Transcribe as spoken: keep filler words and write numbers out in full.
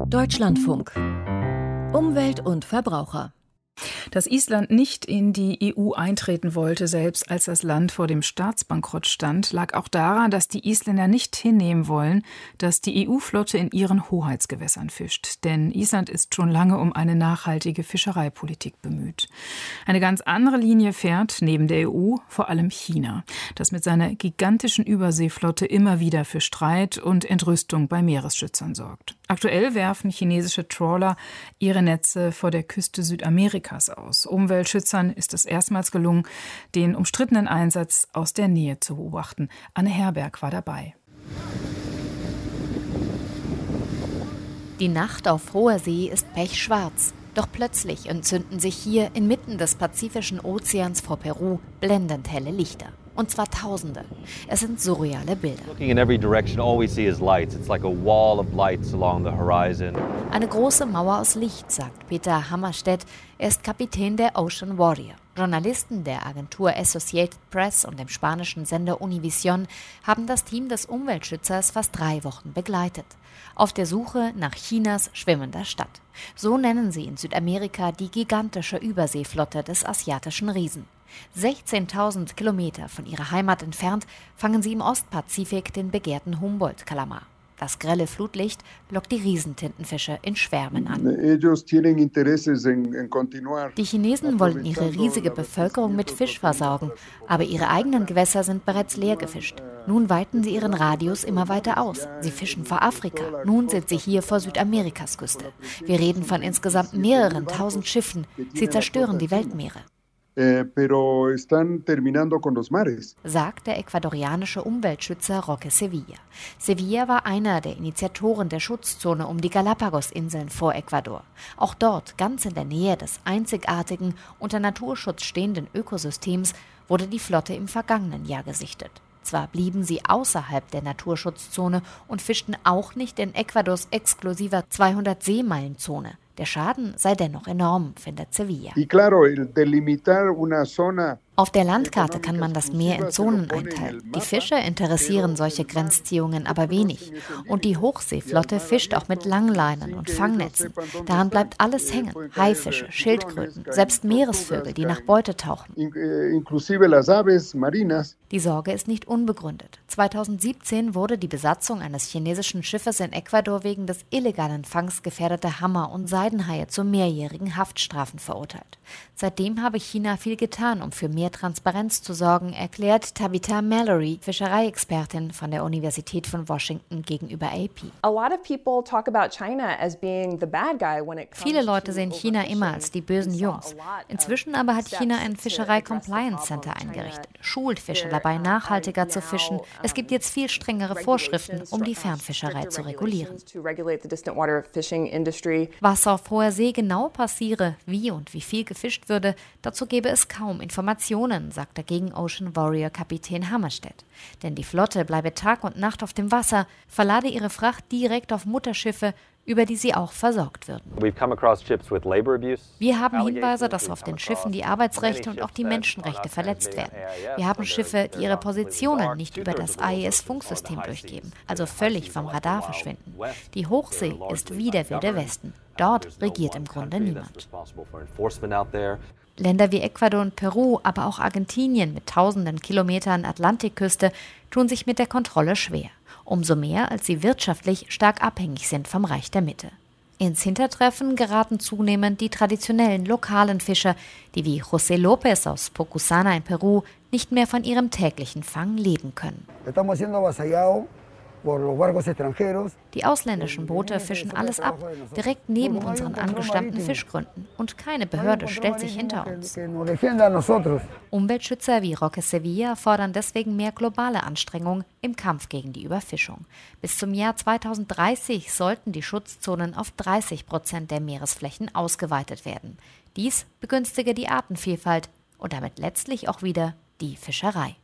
Deutschlandfunk. Umwelt und Verbraucher. Dass Island nicht in die E U eintreten wollte, selbst als das Land vor dem Staatsbankrott stand, lag auch daran, dass die Isländer nicht hinnehmen wollen, dass die E U-Flotte in ihren Hoheitsgewässern fischt. Denn Island ist schon lange um eine nachhaltige Fischereipolitik bemüht. Eine ganz andere Linie fährt neben der E U vor allem China, das mit seiner gigantischen Überseeflotte immer wieder für Streit und Entrüstung bei Meeresschützern sorgt. Aktuell werfen chinesische Trawler ihre Netze vor der Küste Südamerikas aus. Umweltschützern ist es erstmals gelungen, den umstrittenen Einsatz aus der Nähe zu beobachten. Anne Herberg war dabei. Die Nacht auf hoher See ist pechschwarz. Doch plötzlich entzünden sich hier inmitten des Pazifischen Ozeans vor Peru blendend helle Lichter. Und zwar Tausende. Es sind surreale Bilder. Eine große Mauer aus Licht, sagt Peter Hammarstedt. Er ist Kapitän der Ocean Warrior. Journalisten der Agentur Associated Press und dem spanischen Sender Univision haben das Team des Umweltschützers fast drei Wochen begleitet. Auf der Suche nach Chinas schwimmender Stadt. So nennen sie in Südamerika die gigantische Überseeflotte des asiatischen Riesen. sechzehntausend Kilometer von ihrer Heimat entfernt fangen sie im Ostpazifik den begehrten Humboldt-Kalamar. Das grelle Flutlicht lockt die Riesentintenfische in Schwärmen an. Die Chinesen wollen ihre riesige Bevölkerung mit Fisch versorgen, aber ihre eigenen Gewässer sind bereits leer gefischt. Nun weiten sie ihren Radius immer weiter aus. Sie fischen vor Afrika, nun sind sie hier vor Südamerikas Küste. Wir reden von insgesamt mehreren tausend Schiffen. Sie zerstören die Weltmeere. Eh, pero están terminando con los mares. Sagt der ecuadorianische Umweltschützer Roque Sevilla. Sevilla war einer der Initiatoren der Schutzzone um die Galapagos-Inseln vor Ecuador. Auch dort, ganz in der Nähe des einzigartigen, unter Naturschutz stehenden Ökosystems, wurde die Flotte im vergangenen Jahr gesichtet. Zwar blieben sie außerhalb der Naturschutzzone und fischten auch nicht in Ecuadors exklusiver zweihundert-Seemeilen-Zone. Der Schaden sei dennoch enorm, findet Sevilla. Auf der Landkarte kann man das Meer in Zonen einteilen. Die Fischer interessieren solche Grenzziehungen aber wenig. Und die Hochseeflotte fischt auch mit Langleinen und Fangnetzen. Daran bleibt alles hängen. Haifische, Schildkröten, selbst Meeresvögel, die nach Beute tauchen. Die Sorge ist nicht unbegründet. zweitausendsiebzehn wurde die Besatzung eines chinesischen Schiffes in Ecuador wegen des illegalen Fangs gefährdeter Hammer- und Seidenhaie zu mehrjährigen Haftstrafen verurteilt. Seitdem habe China viel getan, um für mehr Transparenz zu sorgen, erklärt Tabitha Mallory, Fischereiexpertin von der Universität von Washington gegenüber A P. Viele Leute sehen China immer als die bösen Jungs. Inzwischen aber hat China ein Fischerei-Compliance-Center eingerichtet, schult Fischer dabei, nachhaltiger zu fischen. Es gibt jetzt viel strengere Vorschriften, um die Fernfischerei zu regulieren. Was auf hoher See genau passiere, wie und wie viel gefischt würde, dazu gebe es kaum Informationen, sagt dagegen Ocean Warrior Kapitän Hammarstedt. Denn die Flotte bleibe Tag und Nacht auf dem Wasser, verlade ihre Fracht direkt auf Mutterschiffe, über die sie auch versorgt würden. Wir haben Hinweise, dass auf den Schiffen die Arbeitsrechte und auch die Menschenrechte verletzt werden. Wir haben Schiffe, die ihre Positionen nicht über das A E S-Funksystem durchgeben, also völlig vom Radar verschwinden. Die Hochsee ist wie der Wilde Westen. Dort regiert im Grunde niemand. Länder wie Ecuador und Peru, aber auch Argentinien mit tausenden Kilometern Atlantikküste tun sich mit der Kontrolle schwer. Umso mehr, als sie wirtschaftlich stark abhängig sind vom Reich der Mitte. Ins Hintertreffen geraten zunehmend die traditionellen lokalen Fischer, die wie José López aus Pocusana in Peru nicht mehr von ihrem täglichen Fang leben können. Die ausländischen Boote fischen alles ab, direkt neben unseren angestammten Fischgründen. Und keine Behörde stellt sich hinter uns. Umweltschützer wie Roque Sevilla fordern deswegen mehr globale Anstrengungen im Kampf gegen die Überfischung. Bis zum Jahr zweitausenddreißig sollten die Schutzzonen auf dreißig Prozent der Meeresflächen ausgeweitet werden. Dies begünstige die Artenvielfalt und damit letztlich auch wieder die Fischerei.